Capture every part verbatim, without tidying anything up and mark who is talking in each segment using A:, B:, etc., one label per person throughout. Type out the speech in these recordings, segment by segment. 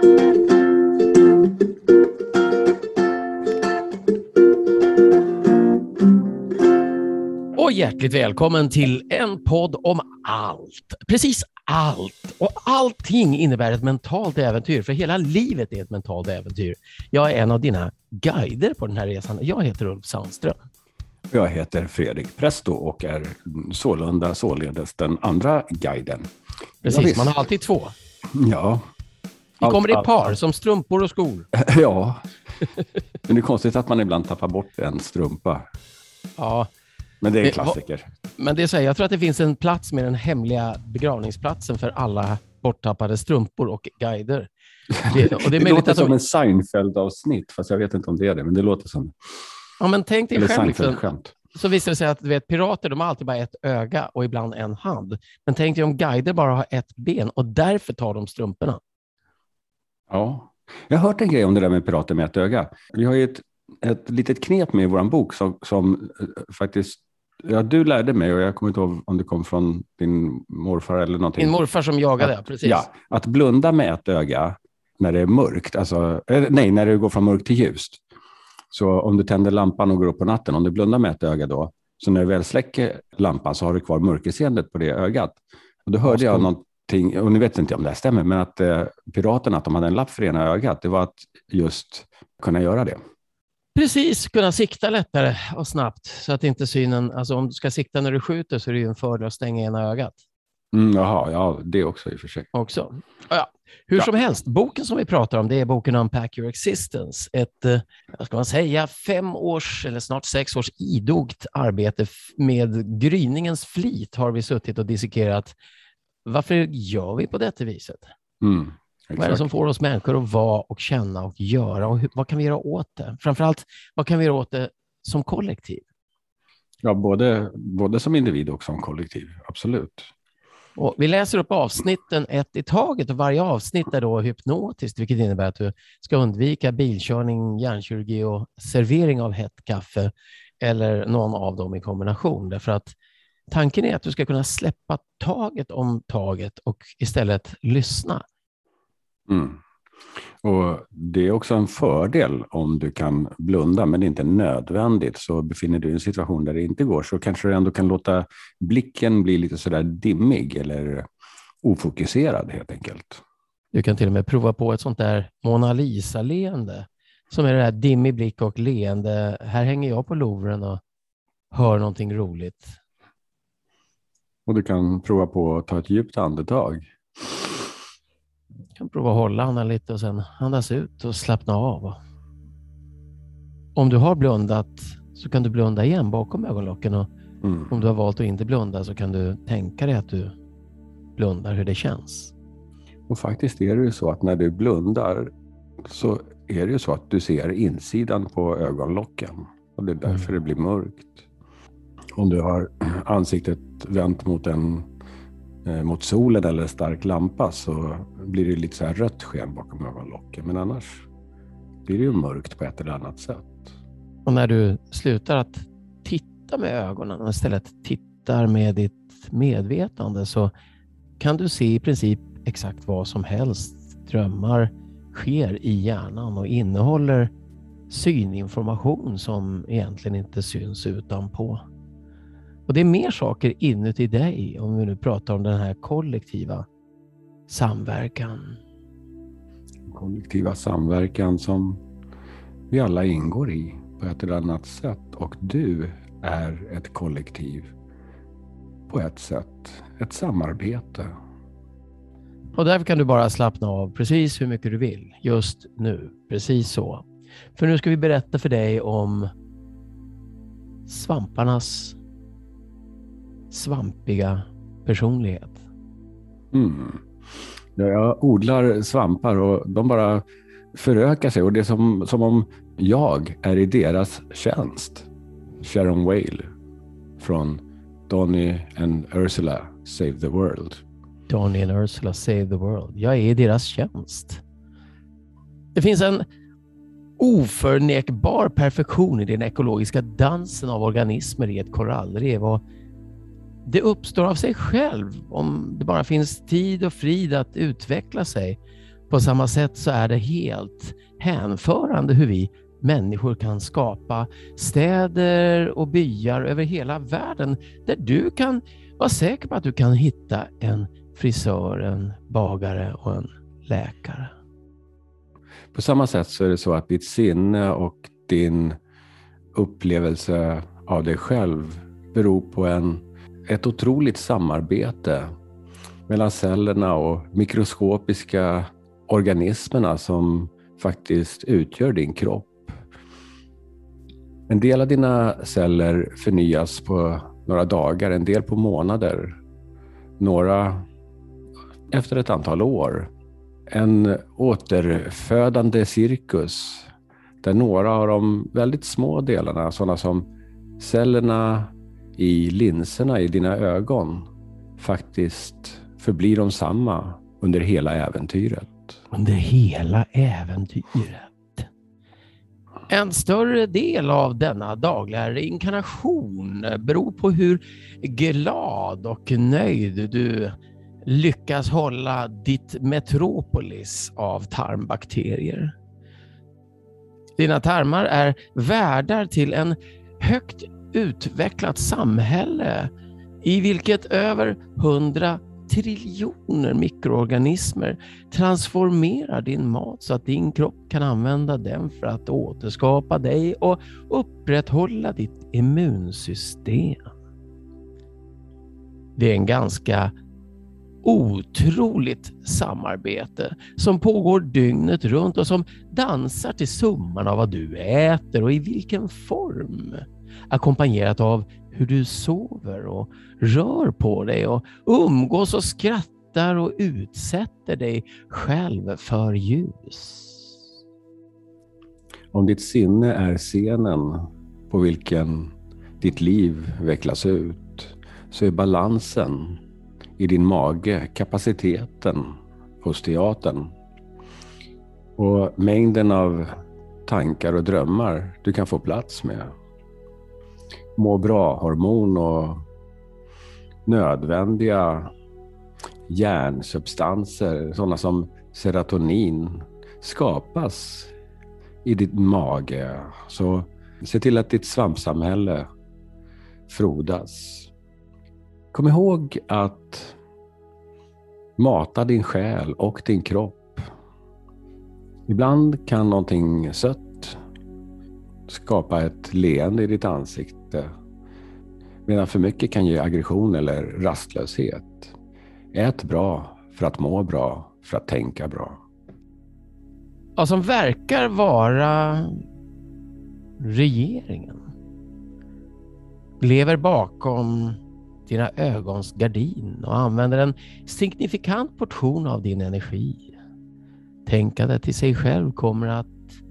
A: Och hjärtligt välkommen till en podd om allt. Precis allt. Och allting innebär ett mentalt äventyr. För hela livet är ett mentalt äventyr. Jag är en av dina guider på den här resan. Jag heter Ulf Sandström.
B: Jag heter Fredrik Presto och är sålunda således den andra guiden.
A: Precis, man har alltid två.
B: Ja.
A: Vi kommer i par, som strumpor och skor.
B: Ja. Men det är konstigt att man ibland tappar bort en strumpa.
A: Ja.
B: Men det är en klassiker.
A: Men det är så här, jag tror att det finns en plats med den hemliga begravningsplatsen för alla borttappade strumpor och guider. Det, och det, är
B: det låter
A: att
B: som
A: de...
B: en Seinfeld-avsnitt, fast jag vet inte om det är det, men det låter som...
A: Ja, men tänk dig
B: Eller
A: själv liksom,
B: skämt.
A: så visar det sig att du vet, pirater, de har alltid bara ett öga och ibland en hand. Men tänk dig om guider bara har ett ben och därför tar de strumporna.
B: Ja, jag har hört en grej om det där med pirater med ett öga. Vi har ju ett, ett litet knep med i vår bok som, som faktiskt, ja, du lärde mig, och jag kommer inte ihåg om det kom från din morfar eller någonting.
A: Min morfar som jagade,
B: att,
A: precis.
B: Ja, att blunda med ett öga när det är mörkt, alltså, nej, när det går från mörkt till ljust. Så om du tänder lampan och går upp på natten, om du blundar med ett öga då, så när du väl släcker lampan så har du kvar mörkerseendet på det ögat. Och då hörde jag någonting, och nu vet inte om det här stämmer, men att eh, piraterna, att de hade en lapp för ena ögat, det var att just kunna göra det.
A: Precis, kunna sikta lättare och snabbt så att inte synen, alltså om du ska sikta när du skjuter så är det ju en fördel att stänga ena ögat.
B: Mm, jaha, ja, det också i och för sig.
A: Också. Ja, hur
B: ja.
A: som helst, boken som vi pratar om, det är boken Unpack Your Existence. Ett, eh, vad ska man säga, fem års eller snart sex års idogt arbete med gryningens flit har vi suttit och dissekerat. Varför gör vi på detta viset?
B: Mm.
A: Exakt. Vad är det som får oss människor att vara och känna och göra? Och hur, vad kan vi göra åt det? Framförallt, vad kan vi göra åt det som kollektiv?
B: Ja, både, både som individ och som kollektiv. Absolut.
A: Och vi läser upp avsnitten ett i taget och varje avsnitt är då hypnotiskt, vilket innebär att du ska undvika bilkörning, hjärnkirurgi och servering av hett kaffe eller någon av dem i kombination. Därför att tanken är att du ska kunna släppa taget om taget och istället lyssna.
B: Mm. Och det är också en fördel om du kan blunda, men det är inte nödvändigt. Så befinner du i en situation där det inte går, så kanske du ändå kan låta blicken bli lite sådär dimmig eller ofokuserad helt enkelt.
A: Du kan till och med prova på ett sånt där Mona Lisa-leende som är det där dimmig blick och leende. Här hänger jag på Louvren och hör någonting roligt.
B: Och du kan prova på att ta ett djupt andetag.
A: Du kan prova att hålla andan lite och sen andas ut och slappna av. Om du har blundat så kan du blunda igen bakom ögonlocken. Och mm. om du har valt att inte blunda så kan du tänka dig att du blundar, hur det känns.
B: Och faktiskt är det ju så att när du blundar så är det ju så att du ser insidan på ögonlocken. Och det är därför mm. det blir mörkt. Om du har ansiktet vänt mot en mot solen eller stark lampa så blir det lite så här rött sken bakom ögonlocken. Men annars blir det ju mörkt på ett eller annat sätt.
A: Och när du slutar att titta med ögonen och istället tittar med ditt medvetande så kan du se i princip exakt vad som helst. Drömmar sker i hjärnan och innehåller syninformation som egentligen inte syns utanpå. Och det är mer saker inuti dig om vi nu pratar om den här kollektiva samverkan.
B: Kollektiva samverkan som vi alla ingår i på ett eller annat sätt. Och du är ett kollektiv på ett sätt. Ett samarbete.
A: Och därför kan du bara slappna av precis hur mycket du vill just nu. Precis så. För nu ska vi berätta för dig om svamparnas svampiga personlighet.
B: Mm. Ja, jag odlar svampar och de bara förökar sig. Och det är som, som om jag är i deras tjänst. Sharon Whale från Donny and Ursula Save the World.
A: Donny and Ursula Save the World. Jag är i deras tjänst. Det finns en oförnekbar perfektion i den ekologiska dansen av organismer i ett korallrev. Och det uppstår av sig själv om det bara finns tid och frid att utveckla sig På samma sätt så är det helt hänförande hur vi människor kan skapa städer och byar över hela världen där du kan vara säker på att du kan hitta en frisör, en bagare och en läkare.
B: På samma sätt så är det så att ditt sinne och din upplevelse av dig själv beror på en, ett otroligt samarbete mellan cellerna och mikroskopiska organismerna som faktiskt utgör din kropp. En del av dina celler förnyas på några dagar, en del på månader, några efter ett antal år. En återfödande cirkus där några av de väldigt små delarna, sådana som cellerna i linserna i dina ögon, faktiskt förblir de samma under hela äventyret.
A: Under hela äventyret. En större del av denna dagliga reinkarnation beror på hur glad och nöjd du lyckas hålla ditt metropolis av tarmbakterier. Dina tarmar är värdar till en högt utvecklat samhälle i vilket över hundra triljoner mikroorganismer transformerar din mat så att din kropp kan använda den för att återskapa dig och upprätthålla ditt immunsystem. Det är en ganska otroligt samarbete som pågår dygnet runt och som dansar till summan av vad du äter och i vilken form, ackompanjerat av hur du sover och rör på dig och umgås och skrattar och utsätter dig själv för ljus.
B: Om ditt sinne är scenen på vilken ditt liv vecklas ut, så är balansen i din mage kapaciteten hos teatern. Och mängden av tankar och drömmar du kan få plats med. Må bra-hormon och nödvändiga hjärnsubstanser, sådana som serotonin, skapas i ditt mage. Så se till att ditt svampsamhälle frodas. Kom ihåg att mata din själ och din kropp. Ibland kan någonting sött skapa ett leende i ditt ansikte, medan för mycket kan ge aggression eller rastlöshet. Ät bra för att må bra, för att tänka bra.
A: Vad som verkar vara regeringen lever bakom dina ögons gardin och använder en signifikant portion av din energi. Tänkande till sig själv kommer att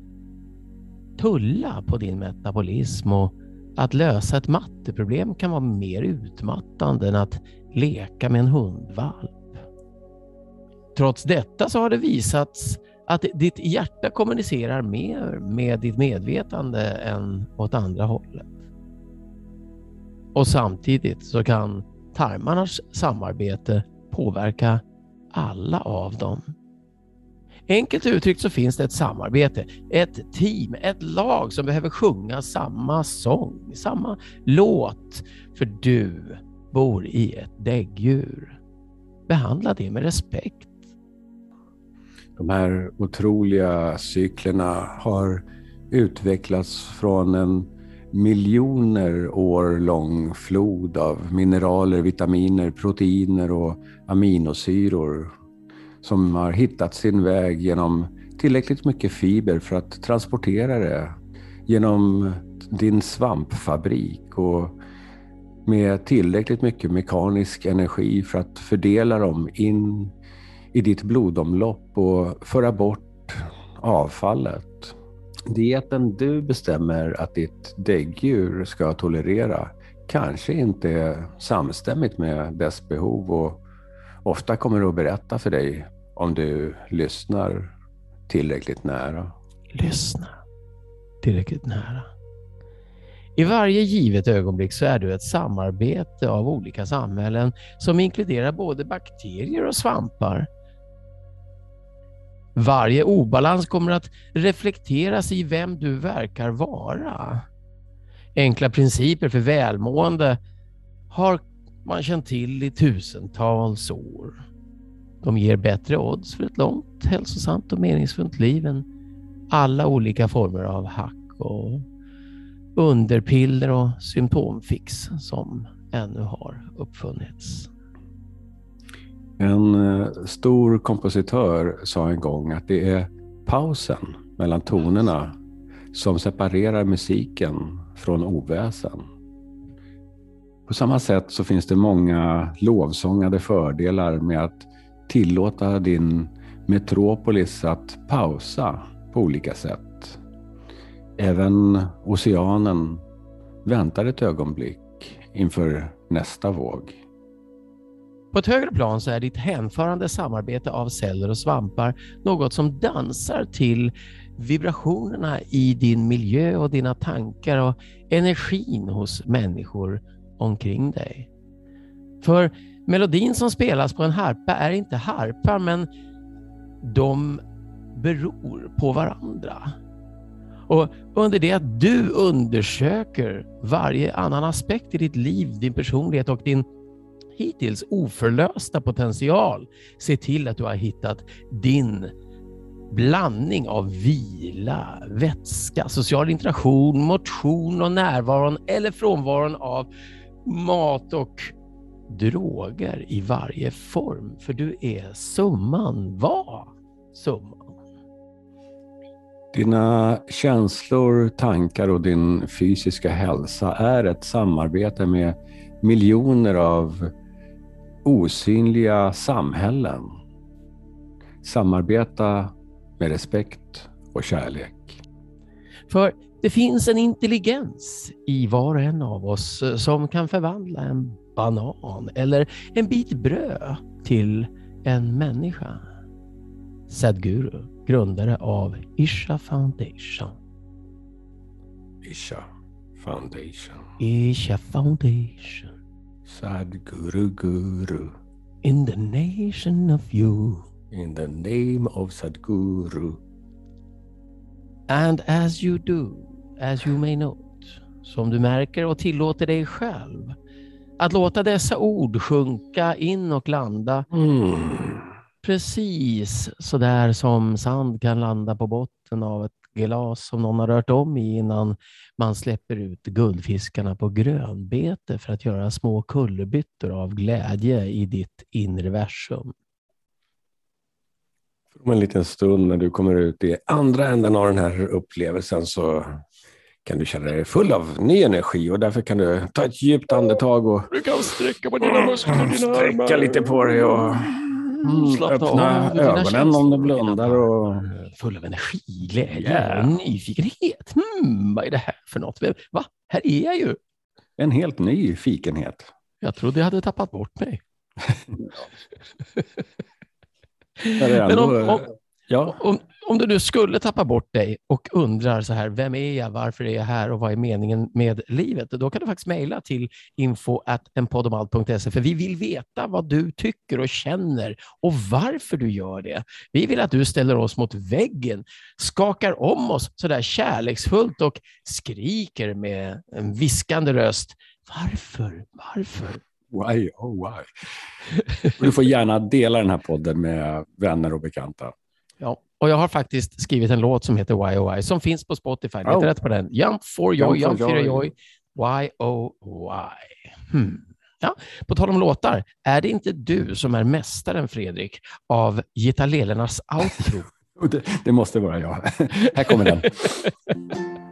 A: tulla på din metabolism, och att lösa ett matteproblem kan vara mer utmattande än att leka med en hundvalp. Trots detta så har det visats att ditt hjärta kommunicerar mer med ditt medvetande än åt andra hållet. Och samtidigt så kan tarmarnas samarbete påverka alla av dem. Enkelt uttryckt så finns det ett samarbete, ett team, ett lag som behöver sjunga samma sång, samma låt, för du bor i ett däggdjur. Behandla det med respekt.
B: De här otroliga cyklerna har utvecklats från en miljoner år lång flod av mineraler, vitaminer, proteiner och aminosyror som har hittat sin väg genom tillräckligt mycket fiber för att transportera det genom din svampfabrik och med tillräckligt mycket mekanisk energi för att fördela dem in i ditt blodomlopp och föra bort avfallet. Dieten du bestämmer att ditt däggdjur ska tolerera kanske inte är samstämmigt med dess behov, och ofta kommer det att berätta för dig om du lyssnar tillräckligt nära.
A: Lyssna tillräckligt nära. I varje givet ögonblick så är du ett samarbete av olika samhällen som inkluderar både bakterier och svampar. Varje obalans kommer att reflekteras i vem du verkar vara. Enkla principer för välmående har man känt till i tusentals år. De ger bättre odds för ett långt, hälsosamt och meningsfullt liv än alla olika former av hack och underpiller och symptomfix som ännu har uppfunnits.
B: En stor kompositör sa en gång att det är pausen mellan tonerna som separerar musiken från oväsen. På samma sätt så finns det många lovsångade fördelar med att tillåta din metropolis att pausa på olika sätt. Även oceanen väntar ett ögonblick inför nästa våg.
A: På ett högre plan så är ditt hänförande samarbete av celler och svampar något som dansar till vibrationerna i din miljö och dina tankar och energin hos människor omkring dig. För melodin som spelas på en harpa är inte harpar, men de beror på varandra. Och under det att du undersöker varje annan aspekt i ditt liv, din personlighet och din hittills oförlösta potential, se till att du har hittat din blandning av vila, vätska, social interaktion, motion och närvaron eller frånvaron av mat och droger i varje form. För du är summan. Var summan.
B: Dina känslor, tankar och din fysiska hälsa är ett samarbete med miljoner av osynliga samhällen. Samarbeta med respekt och kärlek.
A: För det finns en intelligens i var och en av oss som kan förvandla en banan eller en bit bröd till en människa. Sadhguru, grundare av Isha Foundation.
B: Isha Foundation.
A: Isha Foundation.
B: Sadhguru Guru.
A: In the nation of you.
B: In the name of Sadhguru.
A: And as you do, as you may note, som du märker och tillåter dig själv att låta dessa ord sjunka in och landa
B: Mm.
A: precis så där som sand kan landa på botten av ett glas som någon har rört om i innan man släpper ut guldfiskarna på grönbete för att göra små kullerbyttor av glädje i ditt inre versum.
B: Om en liten stund när du kommer ut i andra änden av den här upplevelsen så kan du känna dig full av ny energi och därför kan du ta ett djupt andetag och
A: du kan sträcka på dina muskler, dina
B: sträcka
A: armar.
B: lite på dig och mm, öppna ögonen om du blundar och
A: full av energi, glädje
B: Yeah.
A: och nyfikenhet. Hmm, vad är det här för något? Va? Här är jag ju.
B: en helt ny fikenhet.
A: Jag trodde jag hade tappat bort mig.
B: Är det
A: Men
B: ändå,
A: om, om,
B: ja.
A: om, om du nu skulle tappa bort dig och undrar så här, vem är jag, varför är jag här och vad är meningen med livet? Då kan du faktiskt mejla till info at en podd om allt punkt se för vi vill veta vad du tycker och känner och varför du gör det. Vi vill att du ställer oss mot väggen, skakar om oss så där kärleksfullt och skriker med en viskande röst. Varför? Varför?
B: Why, oh why. Du får gärna dela den här podden med vänner och bekanta.
A: Ja, och jag har faktiskt skrivit en låt som heter Why Oh Why som finns på Spotify. Vet
B: Oh.
A: du rätt på den? Jump for joy,
B: Jump for
A: jump for
B: joy.
A: joy. Why Oh Why. Hmm. Ja, på tal om låtar, är det inte du som är mästaren, Fredrik, av gitarrellernas outro?
B: det, det måste vara jag. Här kommer den.